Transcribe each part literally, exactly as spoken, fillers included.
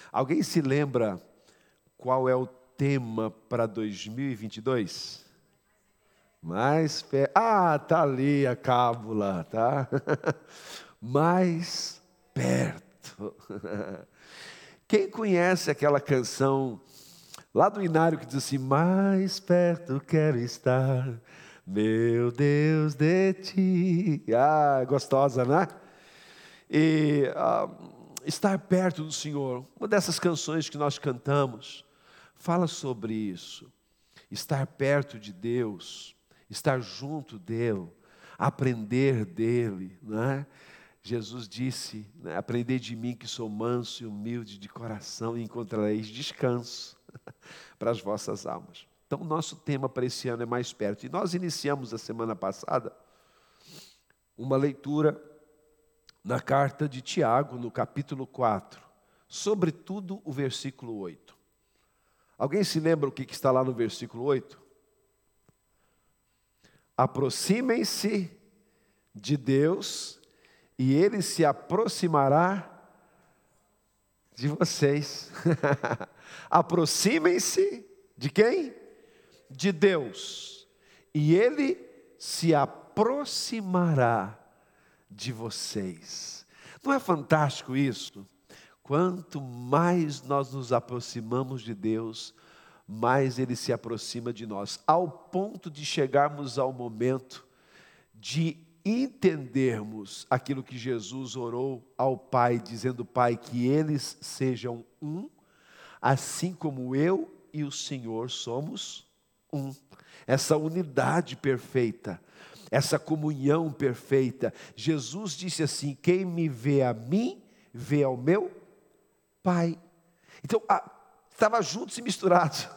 Alguém se lembra qual é o tema para dois mil e vinte e dois? Mais perto. Ah, tá ali a cábula, tá? Mais perto. Quem conhece aquela canção lá do Inário que diz assim: mais perto quero estar, meu Deus, de ti. Ah, gostosa, né? E ah, estar perto do Senhor, uma dessas canções que nós cantamos, fala sobre isso. Estar perto de Deus, estar junto dEle, aprender dEle, né? Jesus disse, né, aprendei de mim que sou manso e humilde de coração e encontrareis descanso para as vossas almas. Então, o nosso tema para esse ano é mais perto. E nós iniciamos a semana passada uma leitura na carta de Tiago, no capítulo quatro, sobretudo o versículo oito. Alguém se lembra o que está lá no versículo oito? Aproximem-se de Deus e Ele se aproximará de vocês. Aproximem-se de quem? De Deus. E Ele se aproximará de vocês. Não é fantástico isso? Quanto mais nós nos aproximamos de Deus, mais Ele se aproxima de nós, ao ponto de chegarmos ao momento de entendermos aquilo que Jesus orou ao Pai, dizendo: Pai, que eles sejam um, assim como eu e o Senhor somos um. Essa unidade perfeita, essa comunhão perfeita. Jesus disse assim: quem me vê a mim, vê ao meu Pai. Então, estava juntos e misturados.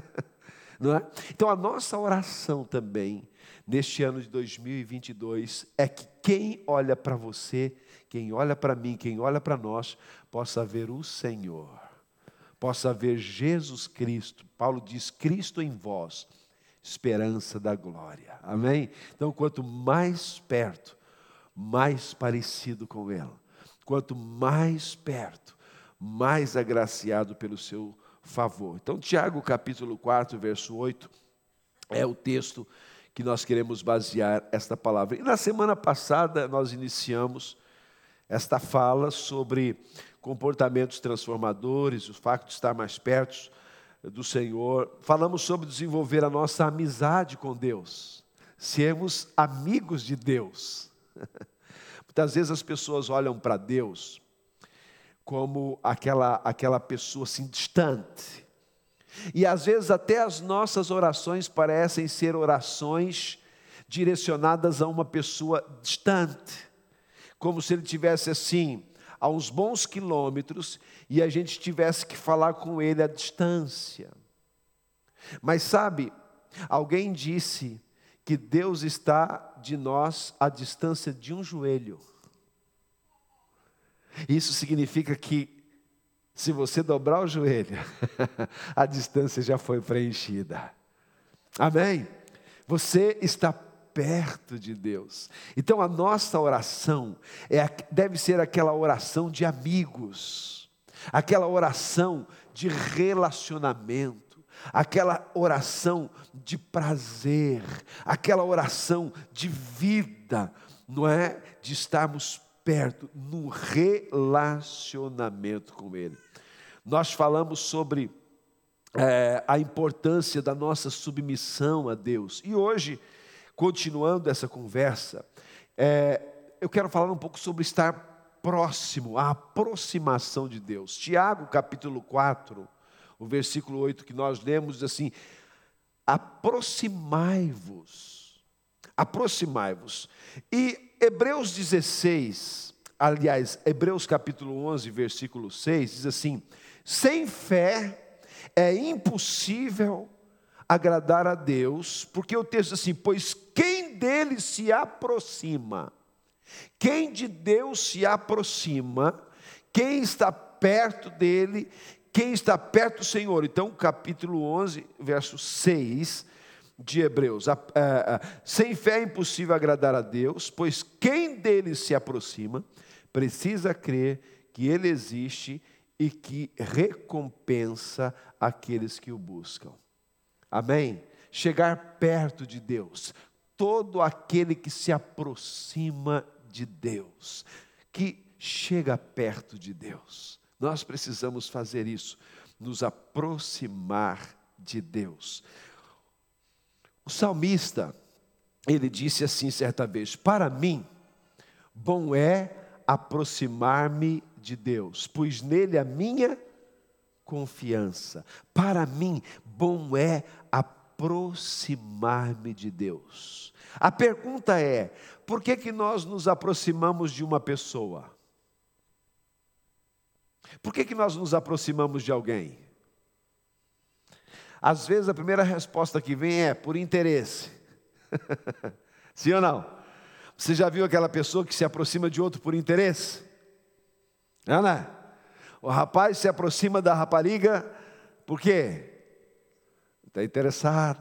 Não é? Então, a nossa oração também, neste ano de dois mil e vinte e dois, é que quem olha para você, quem olha para mim, quem olha para nós, possa ver o Senhor, possa ver Jesus Cristo. Paulo diz: Cristo em vós, esperança da glória. Amém? Então, quanto mais perto, mais parecido com Ele. Quanto mais perto, mais agraciado pelo seu favor. Então, Tiago capítulo quatro, verso oito, é o texto que nós queremos basear esta palavra. E na semana passada nós iniciamos esta fala sobre comportamentos transformadores, o facto de estar mais perto do Senhor. Falamos sobre desenvolver a nossa amizade com Deus, sermos amigos de Deus. Muitas vezes as pessoas olham para Deus como aquela, aquela pessoa assim distante. E às vezes até as nossas orações parecem ser orações direcionadas a uma pessoa distante. Como se ele tivesse assim, a uns bons quilômetros, e a gente tivesse que falar com ele à distância. Mas sabe, alguém disse que Deus está de nós à distância de um joelho. Isso significa que, se você dobrar o joelho, a distância já foi preenchida. Amém? Você está perto de Deus. Então a nossa oração é, deve ser aquela oração de amigos, aquela oração de relacionamento, aquela oração de prazer, aquela oração de vida, não é? De estarmos perto, num relacionamento com Ele. Nós falamos sobre é, a importância da nossa submissão a Deus. E hoje, continuando essa conversa, é, eu quero falar um pouco sobre estar próximo, a aproximação de Deus. Tiago, capítulo quatro, o versículo oito que nós lemos, diz assim: aproximai-vos, aproximai-vos. E Hebreus dezesseis, aliás, Hebreus capítulo onze, versículo seis, diz assim: sem fé é impossível agradar a Deus, porque o texto diz assim: pois quem dele se aproxima, quem de Deus se aproxima, quem está perto dele, quem está perto do Senhor. Então, capítulo onze, verso seis de Hebreus: a, a, a, sem fé é impossível agradar a Deus, pois quem dele se aproxima, precisa crer que ele existe e que recompensa aqueles que o buscam. Amém? Chegar perto de Deus. Todo aquele que se aproxima de Deus, que chega perto de Deus. Nós precisamos fazer isso, nos aproximar de Deus. O salmista, ele disse assim certa vez: para mim, bom é aproximar-me de Deus, pois nele a minha confiança. Para mim, bom é aproximar-me de Deus. A pergunta é, por que que nós nos aproximamos de uma pessoa? Por que que nós nos aproximamos de alguém? Às vezes a primeira resposta que vem é por interesse. Sim ou não? Você já viu aquela pessoa que se aproxima de outro por interesse? Não, não é? O rapaz se aproxima da rapariga, por quê? Está interessado,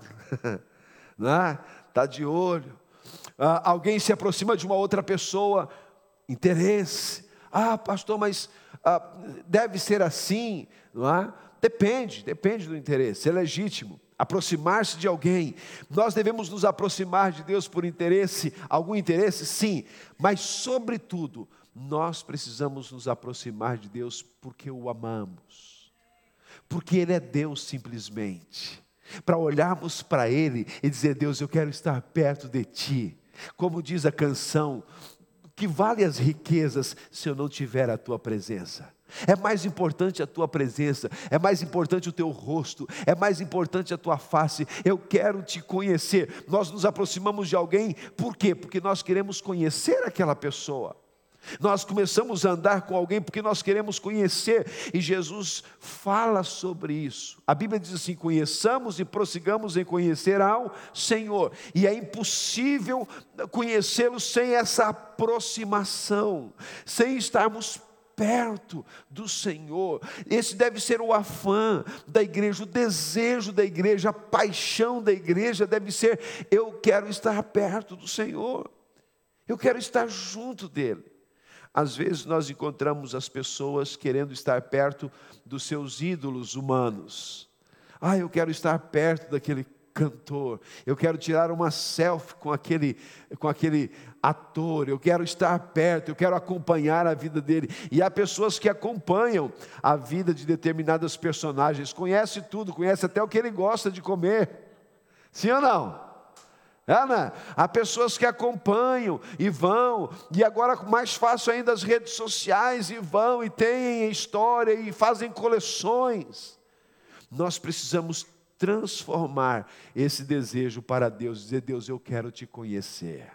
não é? Está de olho. Ah, alguém se aproxima de uma outra pessoa, interesse. Ah, pastor, mas ah, deve ser assim, não é? Depende, depende do interesse, é legítimo. Aproximar-se de alguém, nós devemos nos aproximar de Deus por interesse, algum interesse, sim, mas sobretudo, nós precisamos nos aproximar de Deus porque o amamos, porque Ele é Deus simplesmente, para olharmos para Ele e dizer: Deus, eu quero estar perto de Ti, como diz a canção, que vale as riquezas se eu não tiver a Tua presença. É mais importante a tua presença, é mais importante o teu rosto, é mais importante a tua face. Eu quero te conhecer. Nós nos aproximamos de alguém, por quê? Porque nós queremos conhecer aquela pessoa. Nós começamos a andar com alguém porque nós queremos conhecer, e Jesus fala sobre isso. A Bíblia diz assim: conheçamos e prossigamos em conhecer ao Senhor, e é impossível conhecê-lo sem essa aproximação, sem estarmos perto do Senhor. Esse deve ser o afã da igreja, o desejo da igreja, a paixão da igreja deve ser: eu quero estar perto do Senhor, eu quero estar junto dEle. Às vezes nós encontramos as pessoas querendo estar perto dos seus ídolos humanos. Ah, eu quero estar perto daquele cantor, eu quero tirar uma selfie com aquele, com aquele ator, eu quero estar perto, eu quero acompanhar a vida dele. E há pessoas que acompanham a vida de determinadas personagens, conhece tudo, conhece até o que ele gosta de comer. Sim ou não? É, né? Há pessoas que acompanham e vão, e agora mais fácil ainda as redes sociais, e vão e têm história e fazem coleções. Nós precisamos transformar esse desejo para Deus, dizer: Deus, eu quero te conhecer.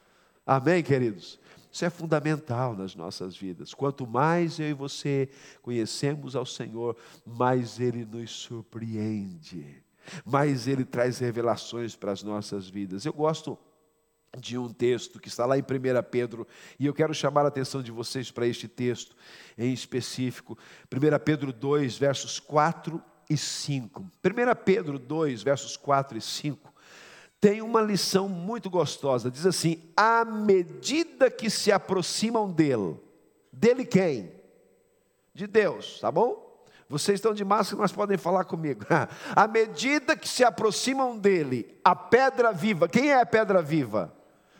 Amém, queridos? Isso é fundamental nas nossas vidas. Quanto mais eu e você conhecemos ao Senhor, mais Ele nos surpreende, mais Ele traz revelações para as nossas vidas. Eu gosto de um texto que está lá em primeira Pedro, e eu quero chamar a atenção de vocês para este texto em específico. primeira Pedro dois, versos quatro e cinco. primeira Pedro dois, versos quatro e cinco, tem uma lição muito gostosa. Diz assim: à medida que se aproximam dele, dele quem? De Deus, tá bom? Vocês estão de máscara, mas podem falar comigo. À medida que se aproximam dele, a pedra viva. Quem é a pedra viva?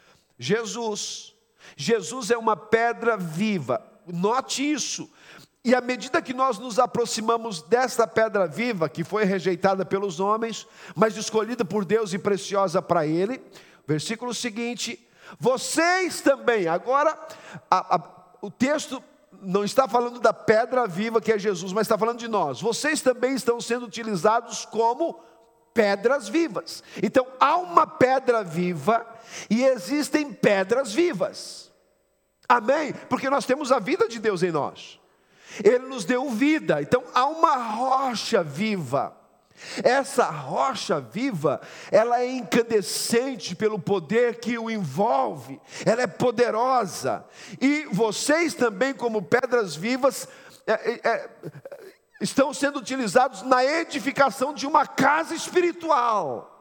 Jesus. Jesus é uma pedra viva. Note isso. E à medida que nós nos aproximamos desta pedra viva, que foi rejeitada pelos homens, mas escolhida por Deus e preciosa para Ele, versículo seguinte: vocês também, agora a, a, o texto não está falando da pedra viva que é Jesus, mas está falando de nós. Vocês também estão sendo utilizados como pedras vivas. Então há uma pedra viva e existem pedras vivas. Amém? Porque nós temos a vida de Deus em nós. Ele nos deu vida, então há uma rocha viva. Essa rocha viva, ela é incandescente pelo poder que o envolve, ela é poderosa. E vocês também, como pedras vivas, é, é, estão sendo utilizados na edificação de uma casa espiritual,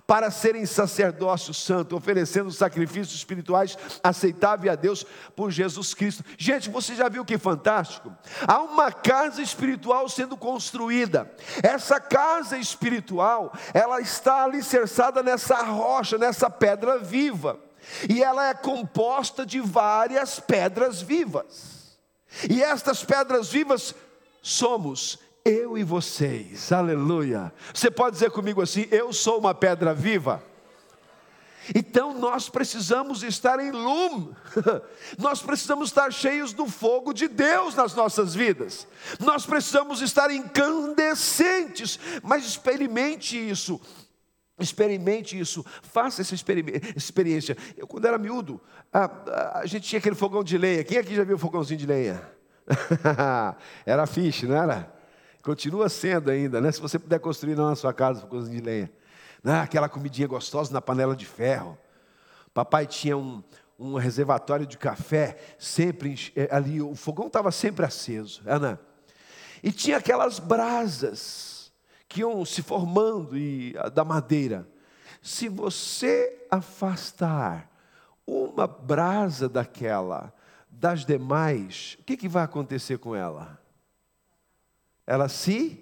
para serem sacerdócio santo, oferecendo sacrifícios espirituais aceitáveis a Deus por Jesus Cristo. Gente, você já viu que fantástico? Há uma casa espiritual sendo construída. Essa casa espiritual, ela está alicerçada nessa rocha, nessa pedra viva. E ela é composta de várias pedras vivas. E estas pedras vivas somos eu e vocês, aleluia. Você pode dizer comigo assim: eu sou uma pedra viva? Então nós precisamos estar em lume, nós precisamos estar cheios do fogo de Deus nas nossas vidas, nós precisamos estar incandescentes, mas experimente isso, experimente isso, faça essa experiência. Eu, quando era miúdo, a, a gente tinha aquele fogão de lenha. Quem aqui já viu o fogãozinho de lenha? Era fixe, não era? Continua sendo ainda, né? Se você puder construir na sua casa um fogãozinho de lenha, né? Aquela comidinha gostosa na panela de ferro. Papai tinha um, um reservatório de café, sempre ali, o fogão estava sempre aceso, Ana. E tinha aquelas brasas que iam se formando e, da madeira. Se você afastar uma brasa daquela das demais, o que, que vai acontecer com ela? Ela se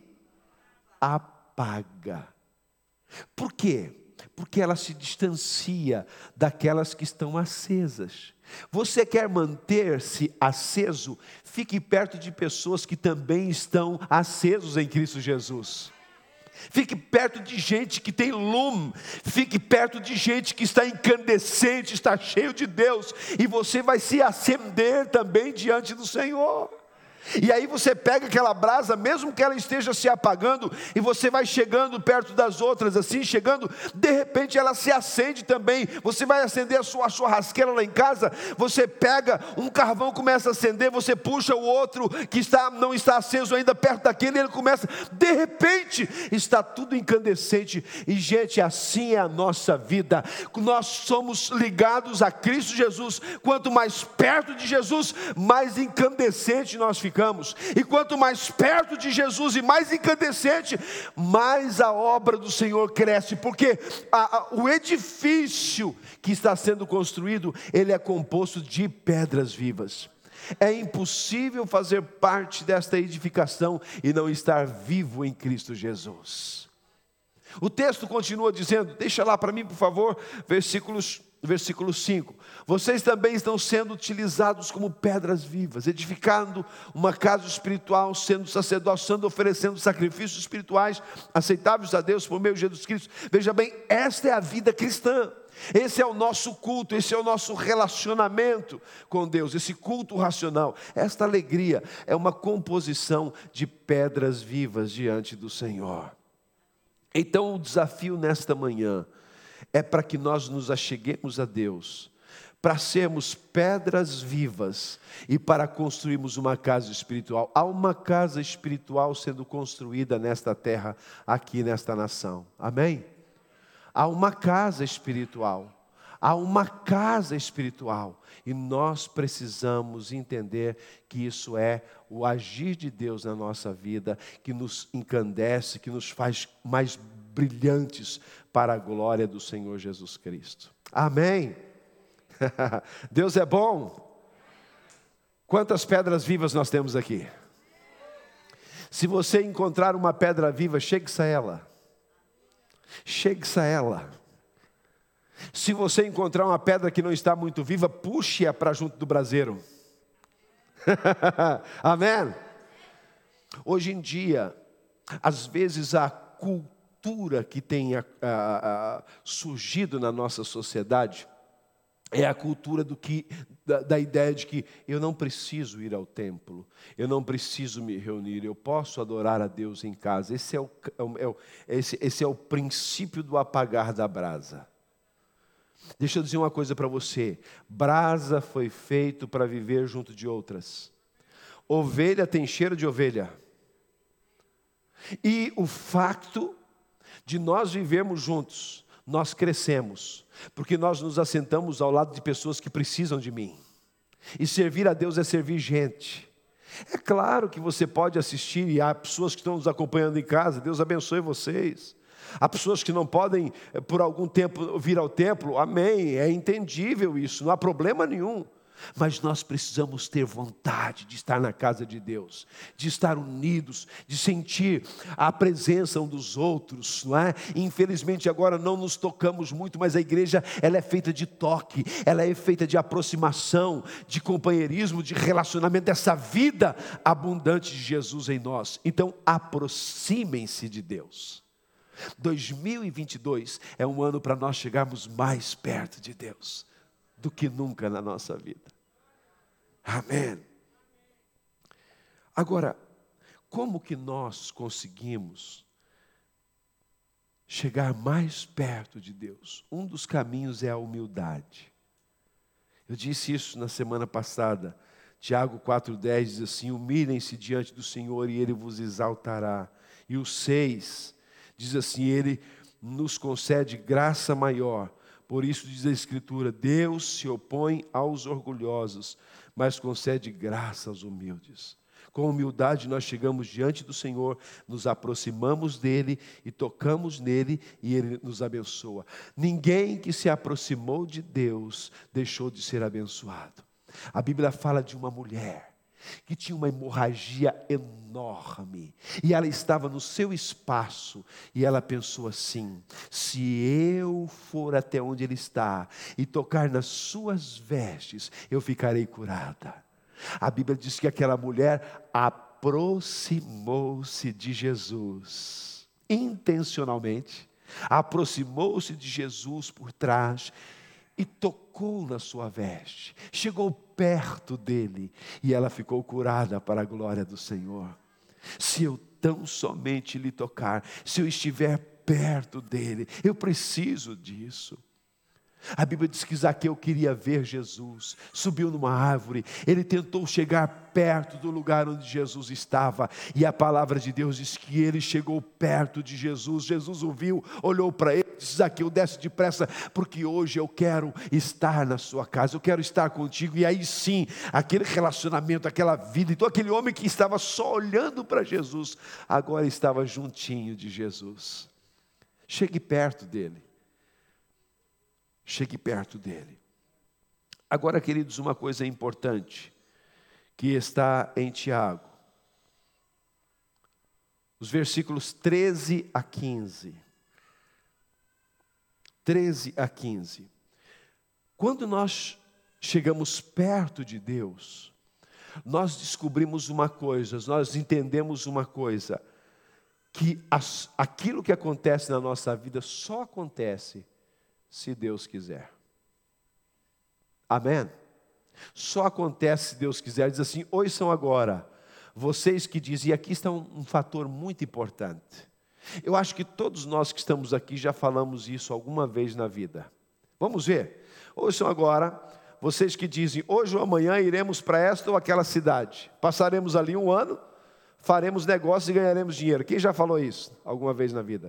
apaga. Por quê? Porque ela se distancia daquelas que estão acesas. Você quer manter-se aceso? Fique perto de pessoas que também estão acesos em Cristo Jesus. Fique perto de gente que tem lume. Fique perto de gente que está incandescente, está cheio de Deus. E você vai se acender também diante do Senhor. E aí você pega aquela brasa, mesmo que ela esteja se apagando, e você vai chegando perto das outras, assim, chegando, de repente ela se acende também. Você vai acender a sua churrasqueira lá em casa, você pega um carvão, começa a acender, você puxa o outro que está, não está aceso ainda perto daquele, e ele começa, de repente, está tudo incandescente. E gente, assim é a nossa vida. Nós somos ligados a Cristo Jesus. Quanto mais perto de Jesus, mais incandescente nós ficamos. E quanto mais perto de Jesus e mais incandescente, mais a obra do Senhor cresce, porque a, a, o edifício que está sendo construído, ele é composto de pedras vivas. É impossível fazer parte desta edificação e não estar vivo em Cristo Jesus. O texto continua dizendo, deixa lá para mim por favor, versículos Versículo cinco, vocês também estão sendo utilizados como pedras vivas, edificando uma casa espiritual, sendo sacerdócio, sendo oferecendo sacrifícios espirituais aceitáveis a Deus por meio de Jesus Cristo. Veja bem, esta é a vida cristã, esse é o nosso culto, esse é o nosso relacionamento com Deus, esse culto racional. Esta alegria é uma composição de pedras vivas diante do Senhor. Então o desafio nesta manhã é para que nós nos acheguemos a Deus, para sermos pedras vivas e para construirmos uma casa espiritual. Há uma casa espiritual sendo construída nesta terra, aqui nesta nação. Amém? Há uma casa espiritual. Há uma casa espiritual. E nós precisamos entender que isso é o agir de Deus na nossa vida, que nos encandece, que nos faz mais brilhantes para a glória do Senhor Jesus Cristo. Amém? Deus é bom. Quantas pedras vivas nós temos aqui? Se você encontrar uma pedra viva, chegue-se a ela. Chegue-se a ela. Se você encontrar uma pedra que não está muito viva, puxe-a para junto do braseiro. Amém? Hoje em dia, às vezes a cultura que tem a, a, a, surgido na nossa sociedade é a cultura do que, da, da ideia de que eu não preciso ir ao templo, eu não preciso me reunir, eu posso adorar a Deus em casa. Esse é o, é o, esse, esse é o princípio do apagar da brasa. Deixa eu dizer uma coisa para você, brasa foi feito para viver junto de outras. Ovelha tem cheiro de ovelha. E o facto de nós vivermos juntos, nós crescemos, porque nós nos assentamos ao lado de pessoas que precisam de mim. E servir a Deus é servir gente. É claro que você pode assistir, e há pessoas que estão nos acompanhando em casa, Deus abençoe vocês. Há pessoas que não podem, por algum tempo, vir ao templo. Amém, é entendível isso, não há problema nenhum. Mas nós precisamos ter vontade de estar na casa de Deus, de estar unidos, de sentir a presença um dos outros, não é? Infelizmente agora não nos tocamos muito, mas a igreja, ela é feita de toque, ela é feita de aproximação, de companheirismo, de relacionamento, dessa vida abundante de Jesus em nós. Então aproximem-se de Deus. dois mil e vinte e dois é um ano para nós chegarmos mais perto de Deus do que nunca na nossa vida. Amém. Agora, como que nós conseguimos chegar mais perto de Deus? Um dos caminhos é a humildade. Eu disse isso na semana passada. Tiago quatro dez diz assim: humilhem-se diante do Senhor e Ele vos exaltará. E o seis diz assim: Ele nos concede graça maior. Por isso diz a Escritura: Deus se opõe aos orgulhosos, mas concede graça aos humildes. Com humildade nós chegamos diante do Senhor, nos aproximamos dEle e tocamos nele e Ele nos abençoa. Ninguém que se aproximou de Deus deixou de ser abençoado. A Bíblia fala de uma mulher que tinha uma hemorragia enorme, e ela estava no seu espaço, e ela pensou assim: se eu for até onde ele está, e tocar nas suas vestes, eu ficarei curada. A Bíblia diz que aquela mulher aproximou-se de Jesus, intencionalmente, aproximou-se de Jesus por trás, e tocou na sua veste, chegou perto dele, e ela ficou curada para a glória do Senhor. Se eu tão somente lhe tocar, se eu estiver perto dele, eu preciso disso. A Bíblia diz que Zaqueu queria ver Jesus, subiu numa árvore, ele tentou chegar perto do lugar onde Jesus estava, e a palavra de Deus diz que ele chegou perto de Jesus. Jesus o viu, olhou para ele e disse: Zaqueu, desce depressa, porque hoje eu quero estar na sua casa, eu quero estar contigo. E aí sim, aquele relacionamento, aquela vida, então aquele homem que estava só olhando para Jesus, agora estava juntinho de Jesus. Chegue perto dele. Chegue perto dele. Agora, queridos, uma coisa importante que está em Tiago. Os versículos treze a quinze. treze a quinze. Quando nós chegamos perto de Deus, nós descobrimos uma coisa, nós entendemos uma coisa, que as, aquilo que acontece na nossa vida só acontece se Deus quiser. Amém? Só acontece se Deus quiser. Diz assim: ouçam agora, vocês que dizem, e aqui está um, um fator muito importante. Eu acho que todos nós que estamos aqui já falamos isso alguma vez na vida. Vamos ver? Ouçam agora, vocês que dizem, hoje ou amanhã iremos para esta ou aquela cidade. Passaremos ali um ano, faremos negócios e ganharemos dinheiro. Quem já falou isso alguma vez na vida?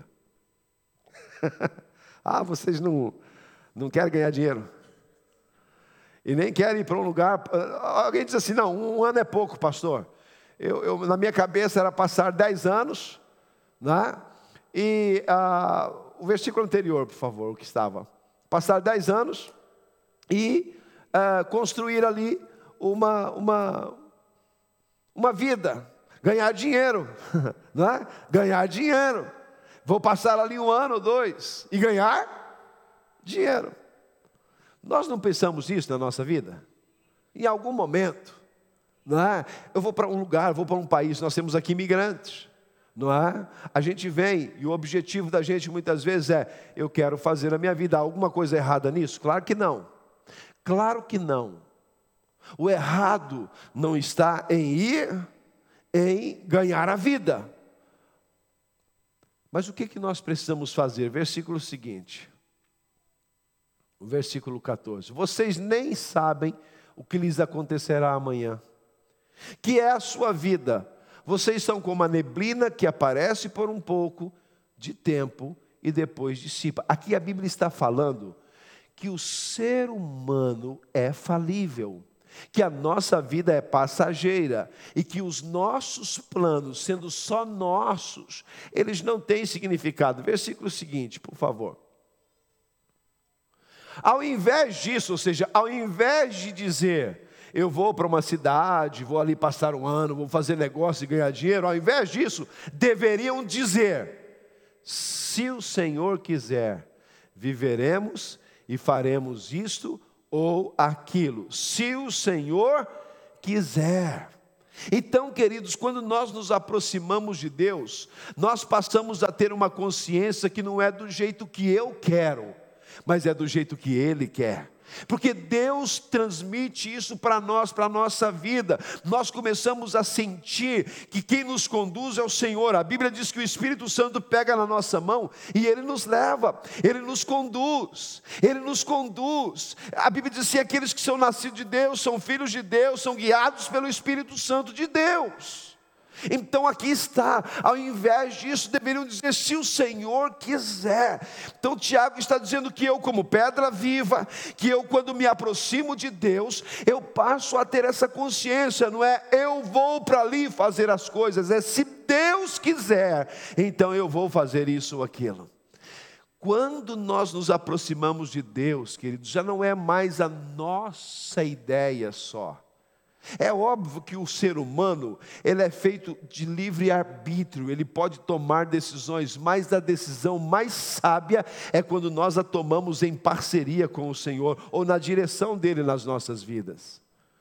Ah, vocês não, não querem ganhar dinheiro. E nem querem ir para um lugar. Alguém diz assim: não, um ano é pouco, pastor. Eu, eu, na minha cabeça era passar dez anos, né? E ah, o versículo anterior, por favor, o que estava. Passar dez anos e ah, construir ali uma, uma, uma vida. Ganhar dinheiro, não é? Ganhar dinheiro. Vou passar ali um ano ou dois e ganhar dinheiro. Nós não pensamos isso na nossa vida? Em algum momento, não é? Eu vou para um lugar, vou para um país, nós temos aqui imigrantes, não é? A gente vem e o objetivo da gente muitas vezes é: eu quero fazer a minha vida. Há alguma coisa errada nisso? Claro que não. Claro que não. O errado não está em ir, em ganhar a vida. Mas o que, que nós precisamos fazer? Versículo seguinte, o versículo catorze. Vocês nem sabem o que lhes acontecerá amanhã, que é a sua vida. Vocês são como a neblina que aparece por um pouco de tempo e depois dissipa. Aqui a Bíblia está falando que o ser humano é falível. que a nossa vida é passageira e que os nossos planos, sendo só nossos, eles não têm significado. Versículo seguinte, por favor. Ao invés disso, ou seja, ao invés de dizer, eu vou para uma cidade, vou ali passar um ano, vou fazer negócio e ganhar dinheiro, ao invés disso, deveriam dizer, se o Senhor quiser, viveremos e faremos isto ou aquilo, se o Senhor quiser. Então, queridos, quando nós nos aproximamos de Deus, nós passamos a ter uma consciência que não é do jeito que eu quero, mas é do jeito que Ele quer. Porque Deus transmite isso para nós, para a nossa vida. Nós começamos a sentir que quem nos conduz é o Senhor. A Bíblia diz que o Espírito Santo pega na nossa mão e Ele nos leva, Ele nos conduz, Ele nos conduz. A Bíblia diz assim, aqueles que são nascidos de Deus, são filhos de Deus, são guiados pelo Espírito Santo de Deus. Então aqui está, ao invés disso deveriam dizer, se o Senhor quiser. Então Tiago está dizendo que eu, como pedra viva, que eu, quando me aproximo de Deus, eu passo a ter essa consciência, não é eu vou para ali fazer as coisas, é se Deus quiser, então eu vou fazer isso ou aquilo. Quando nós nos aproximamos de Deus, queridos, já não é mais a nossa ideia só. É óbvio que o ser humano, ele é feito de livre arbítrio, ele pode tomar decisões, mas a decisão mais sábia é quando nós a tomamos em parceria com o Senhor, ou na direção dele nas nossas vidas.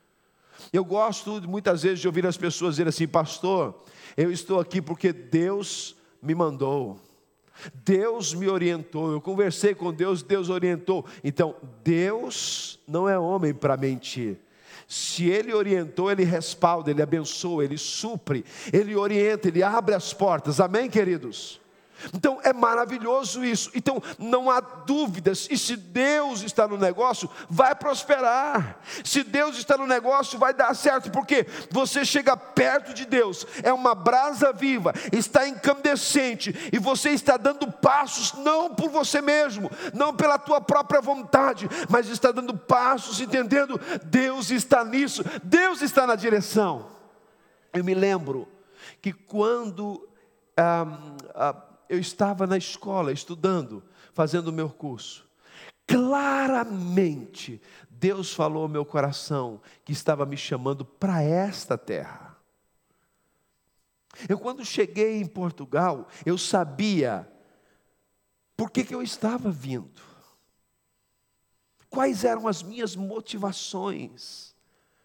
Eu gosto muitas vezes de ouvir as pessoas dizer assim, pastor, eu estou aqui porque Deus me mandou, Deus me orientou, eu conversei com Deus, Deus orientou. Então, Deus não é homem para mentir. Se Ele orientou, Ele respalda, Ele abençoa, Ele supre, Ele orienta, Ele abre as portas, amém, queridos? Então é maravilhoso isso. Então não há dúvidas, e se Deus está no negócio, vai prosperar. Se Deus está no negócio, vai dar certo, porque você chega perto de Deus, é uma brasa viva, está incandescente, e você está dando passos, não por você mesmo, não pela tua própria vontade, mas está dando passos, entendendo, Deus está nisso, Deus está na direção. Eu me lembro que quando ah, ah, eu estava na escola, estudando, fazendo o meu curso, claramente, Deus falou ao meu coração, que estava me chamando para esta terra. Eu quando cheguei em Portugal, eu sabia, por que que eu estava vindo? Quais eram as minhas motivações?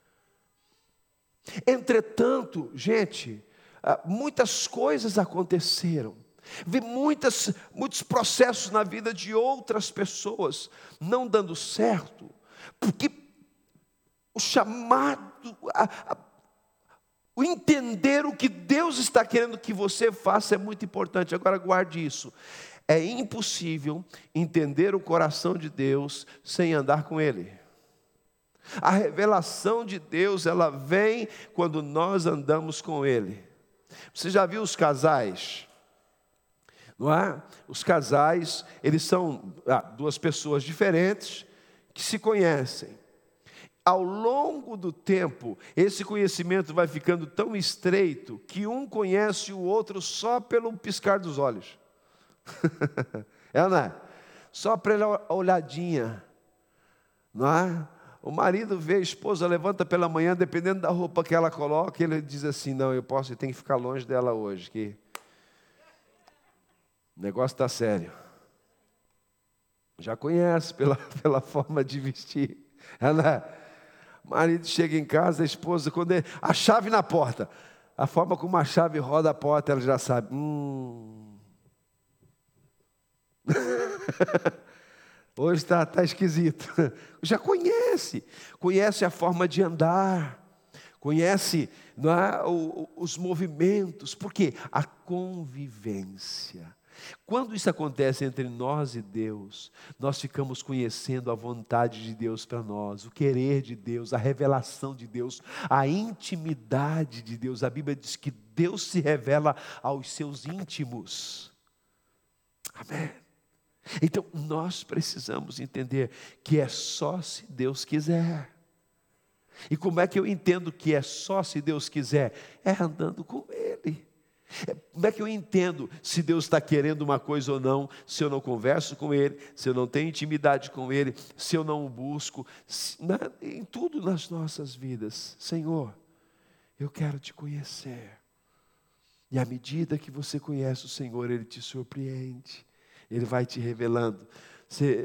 Entretanto, gente, muitas coisas aconteceram. Vi muitas, muitos processos na vida de outras pessoas não dando certo, porque o chamado, a, a, o entender o que Deus está querendo que você faça é muito importante. Agora guarde isso, é impossível entender o coração de Deus sem andar com Ele. A revelação de Deus, ela vem quando nós andamos com Ele. Você já viu os casais? Não é? Os casais, eles são ah, duas pessoas diferentes que se conhecem. Ao longo do tempo, esse conhecimento vai ficando tão estreito que um conhece o outro só pelo piscar dos olhos. É, não é? Só pela olhadinha. Não é? O marido vê a esposa, levanta pela manhã, dependendo da roupa que ela coloca, ele diz assim, não, eu posso, eu tenho que ficar longe dela hoje, que o negócio está sério. Já conhece pela, pela forma de vestir. Ela, o marido chega em casa, a esposa, quando ele, a chave na porta, a forma como a chave roda a porta, ela já sabe. Hum. Hoje está tá esquisito. Já conhece, conhece a forma de andar, conhece, não é, o, os movimentos. Por quê? A convivência. Quando isso acontece entre nós e Deus, nós ficamos conhecendo a vontade de Deus para nós, o querer de Deus, a revelação de Deus, a intimidade de Deus. A Bíblia diz que Deus se revela aos seus íntimos. Amém. Então nós precisamos entender que é só se Deus quiser. E como é que eu entendo que é só se Deus quiser? É andando com Ele. Como é que eu entendo se Deus está querendo uma coisa ou não, se eu não converso com Ele, se eu não tenho intimidade com Ele, se eu não o busco, se, na, em tudo nas nossas vidas. Senhor, eu quero te conhecer. E à medida que você conhece o Senhor, Ele te surpreende, Ele vai te revelando. Você,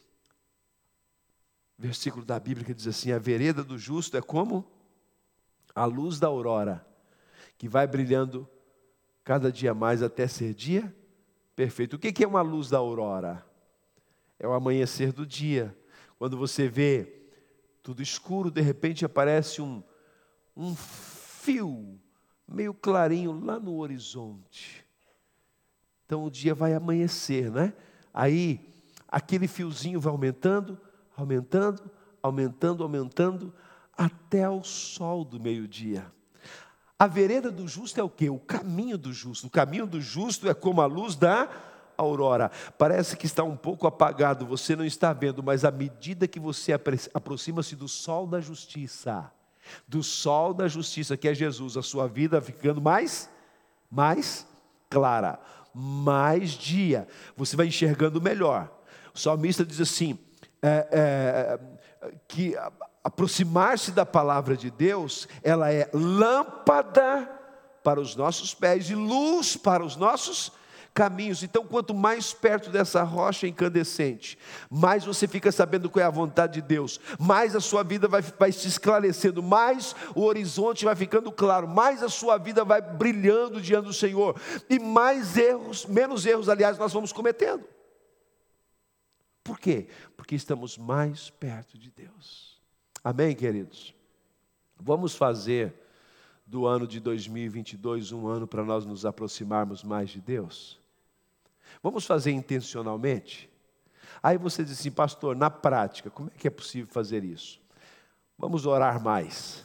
versículo da Bíblia que diz assim: a vereda do justo é como a luz da aurora, que vai brilhando cada dia mais até ser dia perfeito. O que é uma luz da aurora? É o amanhecer do dia. Quando você vê tudo escuro, de repente aparece um, um fio meio clarinho lá no horizonte. Então o dia vai amanhecer, né? Aí aquele fiozinho vai aumentando, aumentando, aumentando, aumentando, até o sol do meio-dia. A vereda do justo é o quê? O caminho do justo. O caminho do justo é como a luz da aurora. Parece que está um pouco apagado, você não está vendo, mas à medida que você aproxima-se do sol da justiça, do sol da justiça, que é Jesus, a sua vida vai ficando mais, mais clara, mais dia. Você vai enxergando melhor. O salmista diz assim, é, é, que aproximar-se da palavra de Deus, ela é lâmpada para os nossos pés e luz para os nossos caminhos. Então, quanto mais perto dessa rocha incandescente, mais você fica sabendo qual é a vontade de Deus, mais a sua vida vai, vai se esclarecendo, mais o horizonte vai ficando claro, mais a sua vida vai brilhando diante do Senhor, e mais erros, menos erros, aliás, nós vamos cometendo. Por quê? Porque estamos mais perto de Deus. Amém, queridos? Vamos fazer do ano de dois mil e vinte e dois um ano para nós nos aproximarmos mais de Deus? Vamos fazer intencionalmente? Aí você diz assim, pastor, na prática, como é que é possível fazer isso? Vamos orar mais.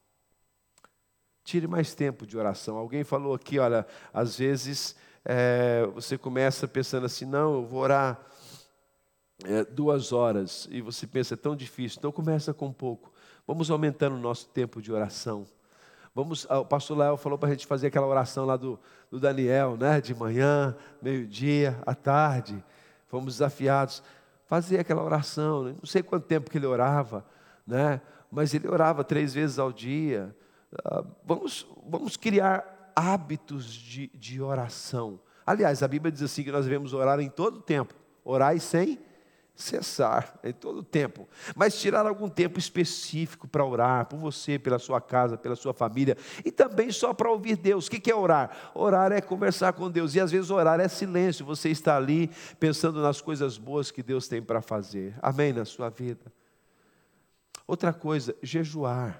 Tire mais tempo de oração. Alguém falou aqui, olha, às vezes é, você começa pensando assim, não, eu vou orar É, duas horas, e você pensa, é tão difícil, então começa com pouco. Vamos aumentando o nosso tempo de oração. Vamos, o pastor Léo falou para a gente fazer aquela oração lá do, do Daniel, né? De manhã, meio-dia, à tarde. Fomos desafiados a fazer aquela oração. Não sei quanto tempo que ele orava, né? Mas ele orava três vezes ao dia. Ah, vamos, vamos criar hábitos de, de oração. Aliás, a Bíblia diz assim que nós devemos orar em todo tempo. Orar sem cessar, em todo o tempo, mas tirar algum tempo específico para orar, por você, pela sua casa, pela sua família, e também só para ouvir Deus. O que é orar? Orar é conversar com Deus, e às vezes orar é silêncio, você está ali pensando nas coisas boas que Deus tem para fazer, amém, na sua vida. Outra coisa, jejuar,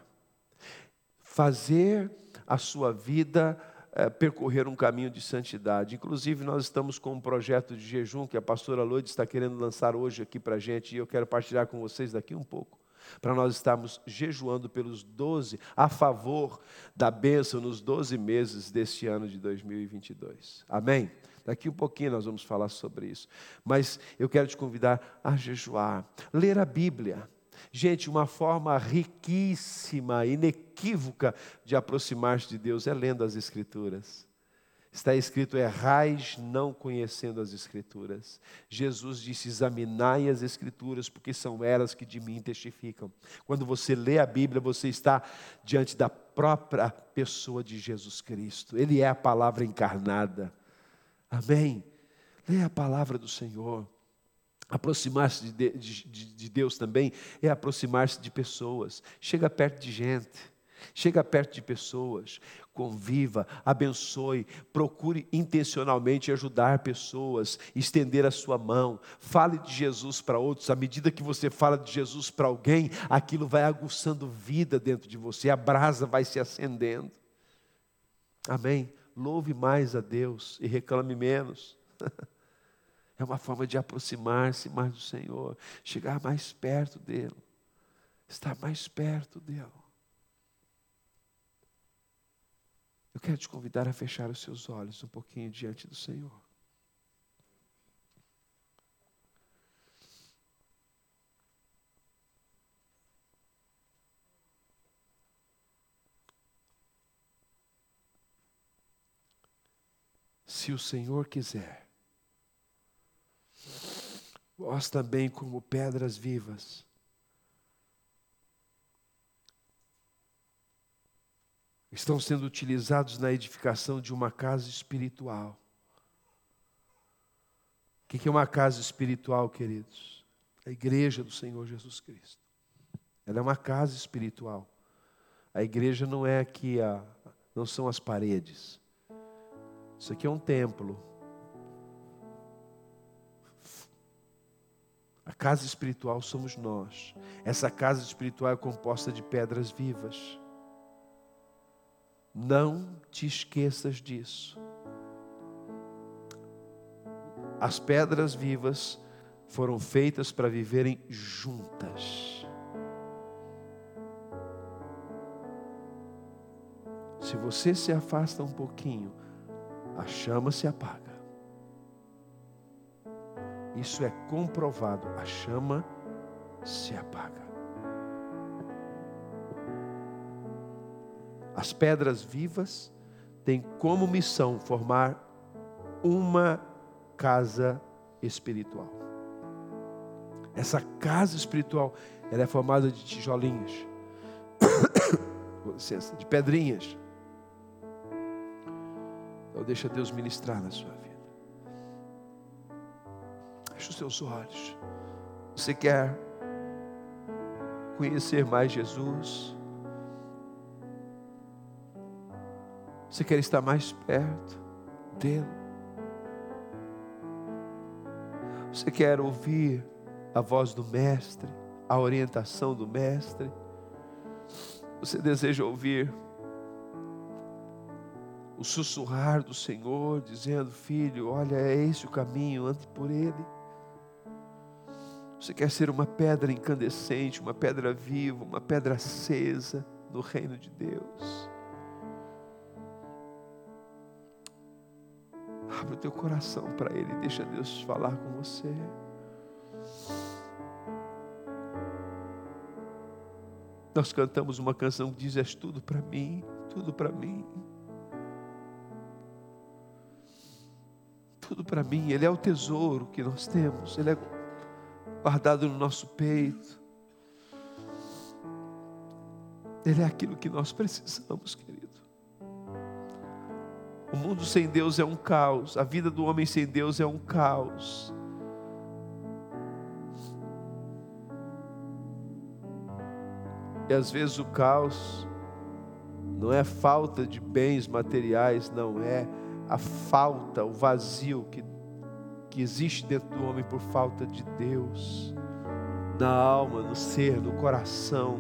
fazer a sua vida É, percorrer um caminho de santidade. Inclusive nós estamos com um projeto de jejum que a pastora Loide está querendo lançar hoje aqui para a gente, e eu quero partilhar com vocês daqui um pouco, para nós estarmos jejuando pelos doze, a favor da bênção nos doze meses deste ano de dois mil e vinte e dois, amém? Daqui um pouquinho nós vamos falar sobre isso, mas eu quero te convidar a jejuar, ler a Bíblia. Gente, uma forma riquíssima, inequívoca de aproximar-se de Deus é lendo as Escrituras. Está escrito, errais não conhecendo as Escrituras. Jesus disse, examinai as Escrituras, porque são elas que de mim testificam. Quando você lê a Bíblia, você está diante da própria pessoa de Jesus Cristo. Ele é a palavra encarnada. Amém? Leia a palavra do Senhor. Aproximar-se de, de, de Deus também é aproximar-se de pessoas. Chega perto de gente, chega perto de pessoas, conviva, abençoe, procure intencionalmente ajudar pessoas, estender a sua mão, fale de Jesus para outros. À medida que você fala de Jesus para alguém, aquilo vai aguçando vida dentro de você, a brasa vai se acendendo. Amém? Louve mais a Deus e reclame menos. É uma forma de aproximar-se mais do Senhor, chegar mais perto dEle, estar mais perto dEle. Eu quero te convidar a fechar os seus olhos um pouquinho diante do Senhor. se o Senhor quiser, vós também, como pedras vivas, estão sendo utilizados na edificação de uma casa espiritual. O que é uma casa espiritual, queridos? A igreja do Senhor Jesus Cristo. Ela é uma casa espiritual. A igreja não é aqui, a, não são as paredes. Isso aqui é um templo. A casa espiritual somos nós. Essa casa espiritual é composta de pedras vivas. Não te esqueças disso. As pedras vivas foram feitas para viverem juntas. Se você se afasta um pouquinho, a chama se apaga. Isso é comprovado. A chama se apaga. As pedras vivas têm como missão formar uma casa espiritual. Essa casa espiritual, ela é formada de tijolinhos, com licença, de pedrinhas. Então deixa Deus ministrar na sua vida. Feche os seus olhos. Você quer conhecer mais Jesus? Você quer estar mais perto dele? Você quer ouvir a voz do Mestre, a orientação do Mestre? Você deseja ouvir o sussurrar do Senhor, dizendo: filho, olha, é esse o caminho, ande por ele. Você quer ser uma pedra incandescente, uma pedra viva, uma pedra acesa no reino de Deus? Abre o teu coração para ele, deixa Deus falar com você. Nós cantamos uma canção que diz: és tudo para mim, tudo para mim. Tudo para mim. Ele é o tesouro que nós temos. Ele é guardado no nosso peito. Ele é aquilo que nós precisamos, querido. O mundo sem Deus é um caos. A vida do homem sem Deus é um caos. E às vezes o caos não é falta de bens materiais, não, é a falta, o vazio que, que existe dentro do homem por falta de Deus, na alma, no ser, no coração.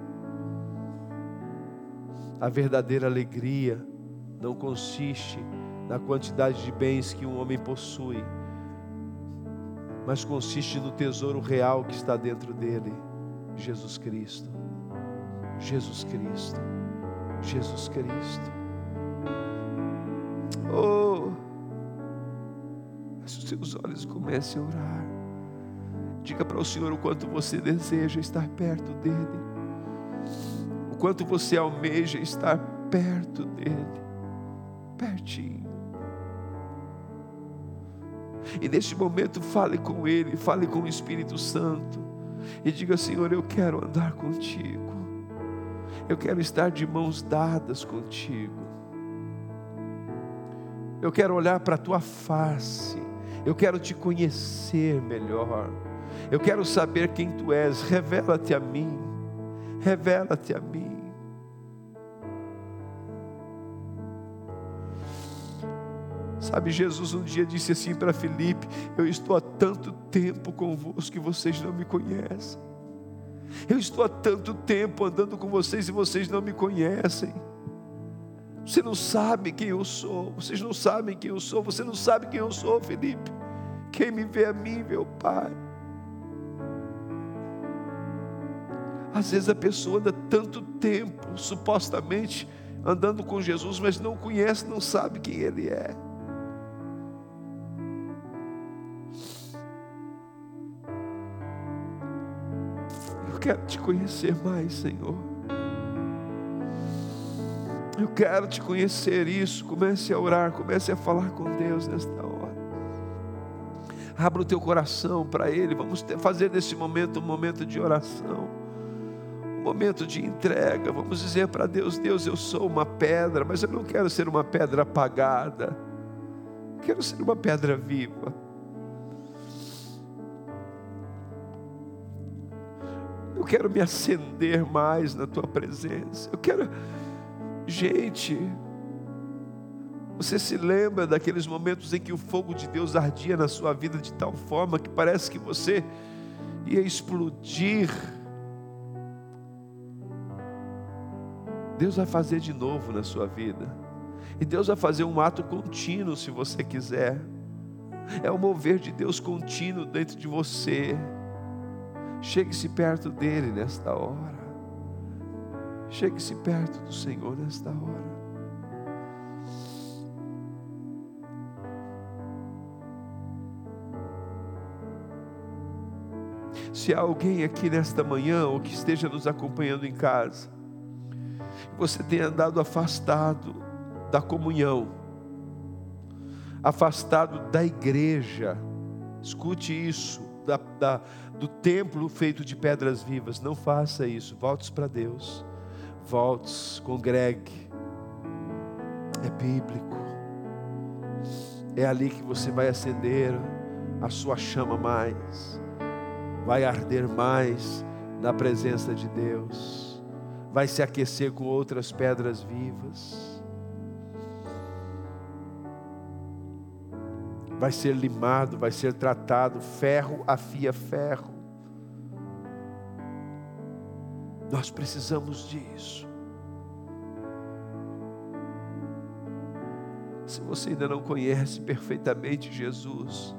A verdadeira alegria não consiste na quantidade de bens que um homem possui, mas consiste no tesouro real que está dentro dele, Jesus Cristo. Jesus Cristo. Jesus Cristo. Oh, feche os seus olhos e comece a orar. Diga para o Senhor o quanto você deseja estar perto dele, o quanto você almeja estar perto dele, pertinho. E neste momento fale com ele, fale com o Espírito Santo e diga: Senhor, eu quero andar contigo, eu quero estar de mãos dadas contigo. Eu quero olhar para a tua face. Eu quero te conhecer melhor. Eu quero saber quem tu és. Revela-te a mim. Revela-te a mim. Sabe, Jesus um dia disse assim para Filipe: eu estou há tanto tempo convosco que vocês não me conhecem. Eu estou há tanto tempo andando com vocês e vocês não me conhecem. Você não sabe quem eu sou. Vocês não sabem quem eu sou. Você não sabe quem eu sou, Felipe. Quem me vê a mim, vê o Pai. Às vezes a pessoa anda tanto tempo, supostamente, andando com Jesus, mas não conhece, não sabe quem Ele é. Eu quero te conhecer mais, Senhor. Eu quero te conhecer. Isso, comece a orar, comece a falar com Deus nesta hora. Abra o teu coração para Ele. Vamos ter, fazer desse momento um momento de oração, um momento de entrega. Vamos dizer para Deus: Deus, eu sou uma pedra, mas eu não quero ser uma pedra apagada, quero ser uma pedra viva. Eu quero me acender mais na tua presença. Eu quero... Gente, você se lembra daqueles momentos em que o fogo de Deus ardia na sua vida de tal forma que parece que você ia explodir? Deus vai fazer de novo na sua vida. E Deus vai fazer um ato contínuo se você quiser. É o mover de Deus contínuo dentro de você. Chegue-se perto dele nesta hora. Chegue-se perto do Senhor nesta hora. Se há alguém aqui nesta manhã, ou que esteja nos acompanhando em casa, você tenha andado afastado da comunhão, afastado da igreja, escute isso, da, da, do templo feito de pedras vivas, não faça isso. Volte para Deus, volte, congregue, é bíblico, é ali que você vai acender a sua chama mais, vai arder mais na presença de Deus, vai se aquecer com outras pedras vivas, vai ser limado, vai ser tratado. Ferro afia ferro. Nós precisamos disso. Se você ainda não conhece perfeitamente Jesus,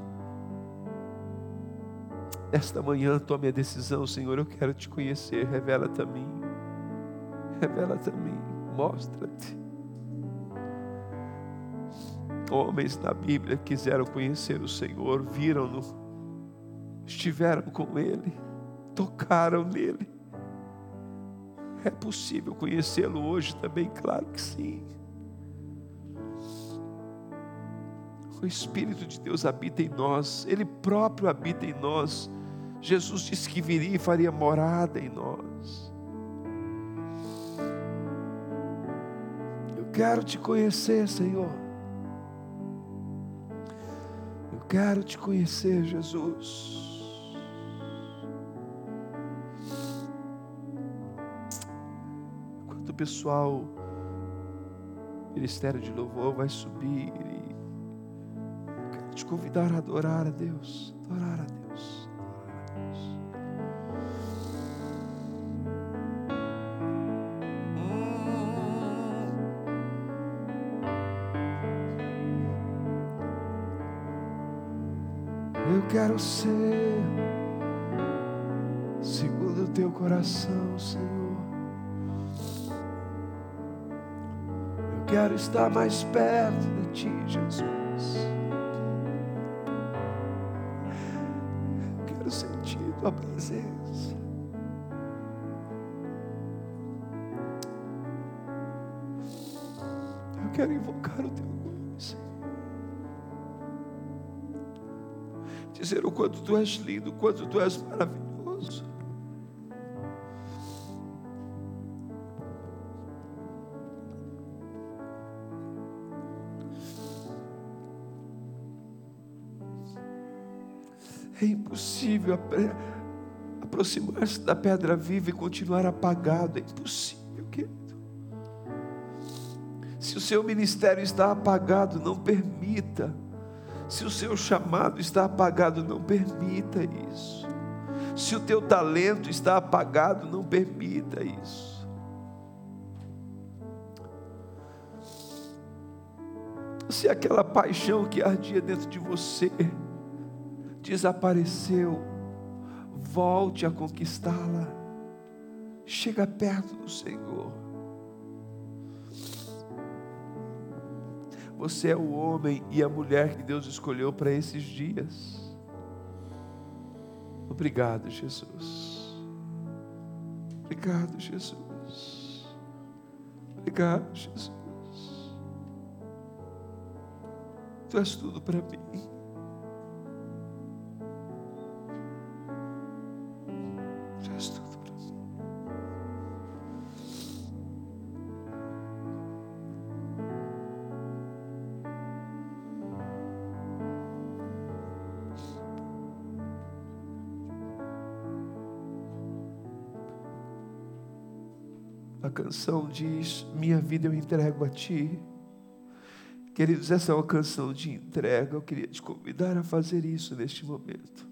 esta manhã tome a decisão: Senhor, eu quero te conhecer, revela-te a mim, revela-te a mim, mostra-te. Homens na Bíblia quiseram conhecer o Senhor, viram-no, estiveram com Ele, tocaram nele. É possível conhecê-lo hoje também? Claro que sim. O Espírito de Deus habita em nós, Ele próprio habita em nós. Jesus disse que viria e faria morada em nós. Eu quero te conhecer, Senhor. Eu quero te conhecer, Jesus. Enquanto o pessoal, Ministério de Louvor vai subir, eu quero te convidar a adorar a Deus, adorar a Deus, adorar a Deus. Eu quero ser segundo o teu coração, Senhor. Eu quero estar mais perto de ti, Jesus. Eu quero sentir tua presença. Eu quero invocar o teu nome, Senhor. Dizer o quanto tu és lindo, o quanto tu és maravilhoso. É impossível aproximar-se da pedra viva e continuar apagado. É impossível, querido. Se o seu ministério está apagado, não permita. Se o seu chamado está apagado, não permita isso. Se o teu talento está apagado, não permita isso. Se aquela paixão que ardia dentro de você desapareceu, volte a conquistá-la. Chega perto do Senhor. Você é o homem e a mulher que Deus escolheu para esses dias. Obrigado, Jesus. Obrigado, Jesus. Obrigado, Jesus. Tu és tudo para mim. Tu és tudo para mim. A canção diz: minha vida eu entrego a Ti. Queridos, essa é uma canção de entrega. Eu queria te convidar a fazer isso neste momento.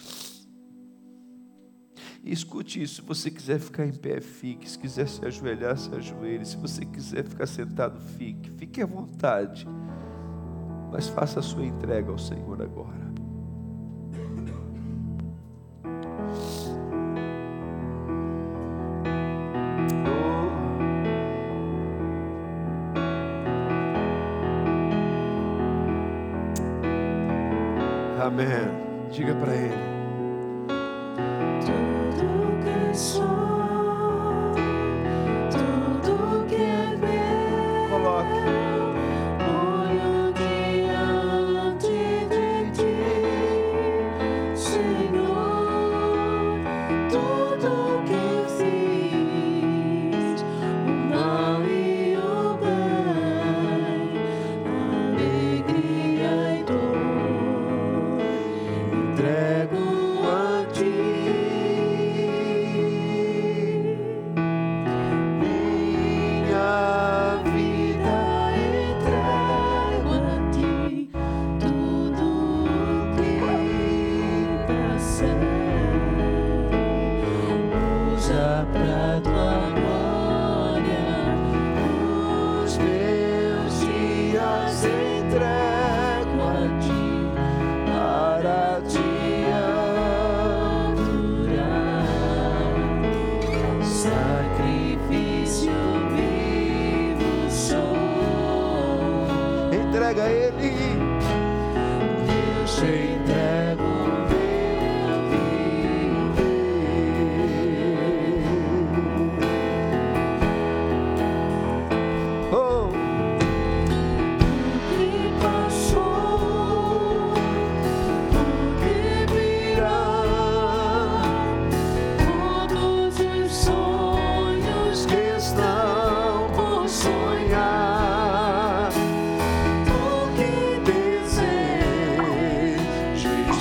E escute isso: se você quiser ficar em pé, fique. Se quiser se ajoelhar, se ajoelhe. Se você quiser ficar sentado, fique. Fique à vontade. Mas faça a sua entrega ao Senhor agora. Amém. Diga para Ele. Tudo que sou, tudo que é meu, Coloque. ponho diante de Ti, Senhor. Tudo que fiz, o mal e o bem, alegria e dor, entrego a Ti. Minha vida entrego a Ti, tudo que passei, usa pra Tua glória. Os meus dias entrego a Ti, para Te adorar. Sacrifício vivo sou. Entrega a Ele. Deus, te entrego meu viver. Oh, O que passou, o que virá, todos os sonhos que estão por sonhar, o que desejo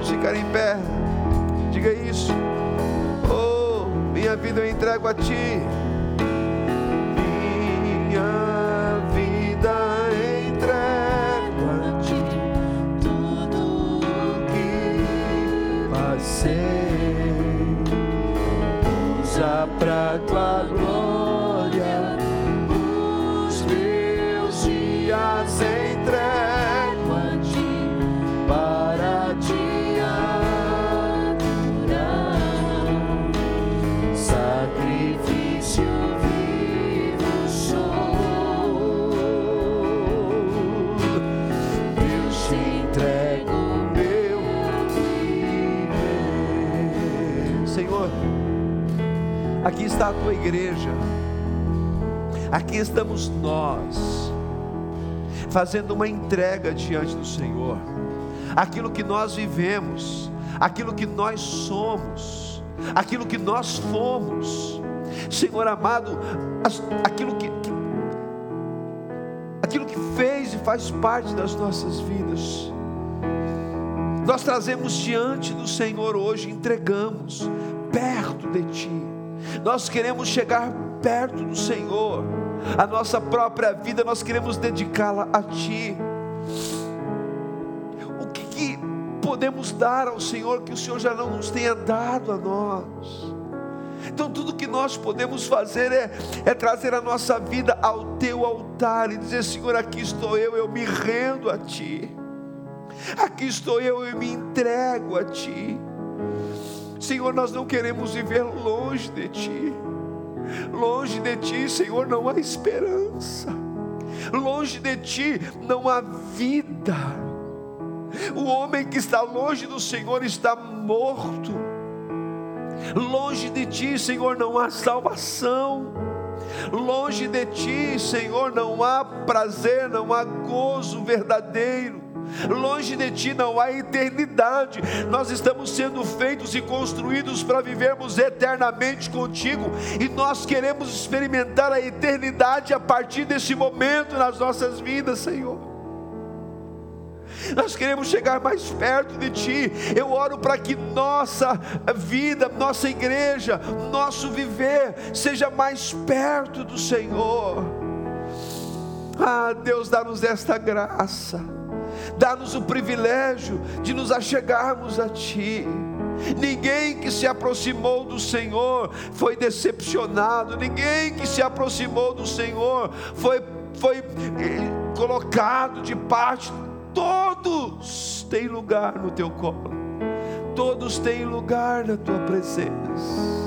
Vamos ficar em pé. Diga isso. Oh, minha vida eu entrego a Ti. Minha vida entrego a Ti. Tudo que Passei, usa pra Tua glória. os meus dias entrego a Ti. Para Te adorar, sacrifício vivo sou. Deus, Te entrego meu viver. Senhor, aqui está a Tua igreja. Aqui estamos nós, fazendo uma entrega diante do Senhor. Aquilo que nós vivemos, aquilo que nós somos, aquilo que nós fomos, Senhor amado, as- aquilo que, que aquilo que fez e faz parte das nossas vidas, nós trazemos diante do Senhor hoje, entregamos perto de Ti. Nós queremos chegar perto do Senhor. A nossa própria vida nós queremos dedicá-la a Ti. O que, que podemos dar ao Senhor que o Senhor já não nos tenha dado a nós? Então tudo que nós podemos fazer é, é trazer a nossa vida ao Teu altar e dizer: Senhor, aqui estou eu, eu me rendo a Ti. Aqui estou eu, eu me entrego a Ti. Senhor, nós não queremos viver longe de Ti. Longe de Ti, Senhor, não há esperança. Longe de Ti não há vida. O homem que está longe do Senhor está morto. Longe de Ti, Senhor, não há salvação. Longe de Ti, Senhor, não há prazer, não há gozo verdadeiro. Longe de Ti não há eternidade. Nós estamos sendo feitos e construídos para vivermos eternamente contigo, e nós queremos experimentar a eternidade a partir desse momento nas nossas vidas, Senhor. Nós queremos chegar mais perto de Ti. Eu oro para que nossa vida, nossa igreja, nosso viver seja mais perto do Senhor. Ah, Deus, dá-nos esta graça. Dá-nos o privilégio de nos achegarmos a Ti. Ninguém que se aproximou do Senhor foi decepcionado. Ninguém que se aproximou do Senhor foi, foi eh, colocado de parte. Todos têm lugar no Teu colo. Todos têm lugar na Tua presença.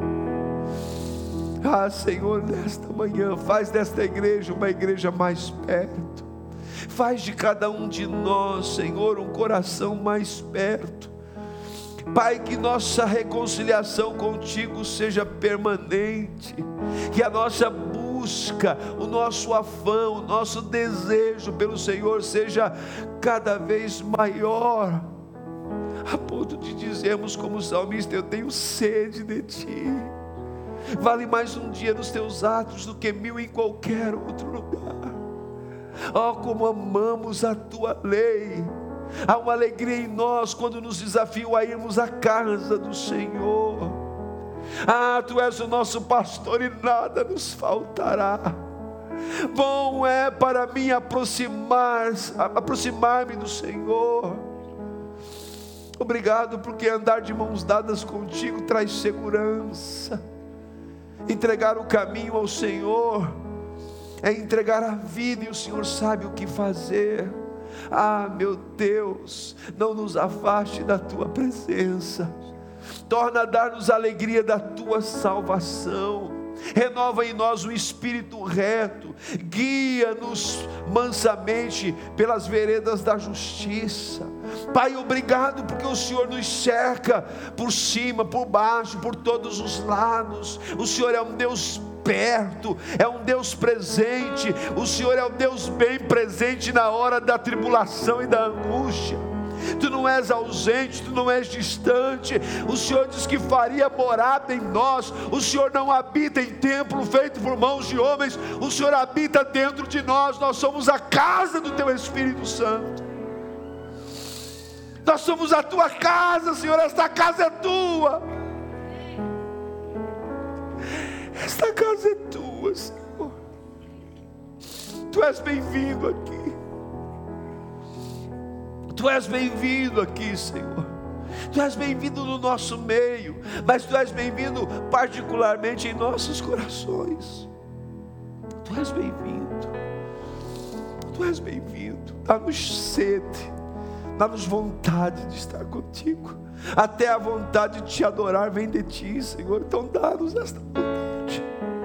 Ah, Senhor, nesta manhã, faz desta igreja uma igreja mais perto. Faz de cada um de nós, Senhor, um coração mais perto. Pai, que nossa reconciliação contigo seja permanente. Que a nossa busca, o nosso afã, o nosso desejo pelo Senhor seja cada vez maior, a ponto de dizermos como o salmista: eu tenho sede de Ti. Vale mais um dia nos Teus atos do que mil em qualquer outro lugar. Oh, como amamos a Tua lei. Há uma alegria em nós quando nos desafio a irmos à casa do Senhor. Ah, Tu és o nosso pastor e nada nos faltará. Bom é para mim aproximar, aproximar-me do Senhor. Obrigado, porque andar de mãos dadas contigo traz segurança. Entregar o caminho ao Senhor é entregar a vida, e o Senhor sabe o que fazer. Ah, meu Deus, não nos afaste da Tua presença. Torna a dar-nos a alegria da Tua salvação. Renova em nós o espírito reto. Guia-nos mansamente pelas veredas da justiça. Pai, obrigado porque o Senhor nos cerca por cima, por baixo, por todos os lados. O Senhor é um Deus perto, é um Deus presente. O Senhor é um Deus bem presente na hora da tribulação e da angústia. Tu não és ausente, Tu não és distante. O Senhor diz que faria morada em nós. O Senhor não habita em templo feito por mãos de homens. O Senhor habita dentro de nós. Nós somos a casa do Teu Espírito Santo. Nós somos a tua casa, Senhor, esta casa é tua. Esta casa é tua, Senhor. Tu és bem-vindo aqui. Tu és bem-vindo aqui, Senhor. Tu és bem-vindo no nosso meio, mas Tu és bem-vindo particularmente em nossos corações. Tu és bem-vindo. Tu és bem-vindo. Dá-nos sede, dá-nos vontade de estar contigo. Até a vontade de Te adorar vem de Ti, Senhor. Então dá-nos esta vontade.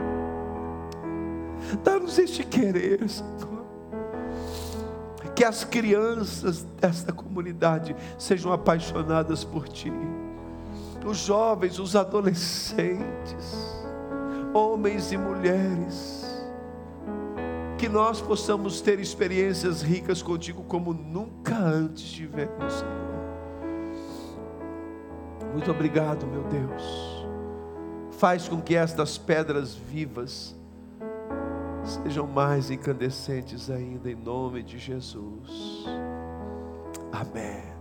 Dá-nos este querer, Senhor. Que as crianças desta comunidade sejam apaixonadas por Ti. Os jovens, os adolescentes, homens e mulheres. Que nós possamos ter experiências ricas contigo como nunca antes tivemos, Senhor. Muito obrigado, meu Deus. Faz com que estas pedras vivas sejam mais incandescentes ainda, em nome de Jesus. Amém.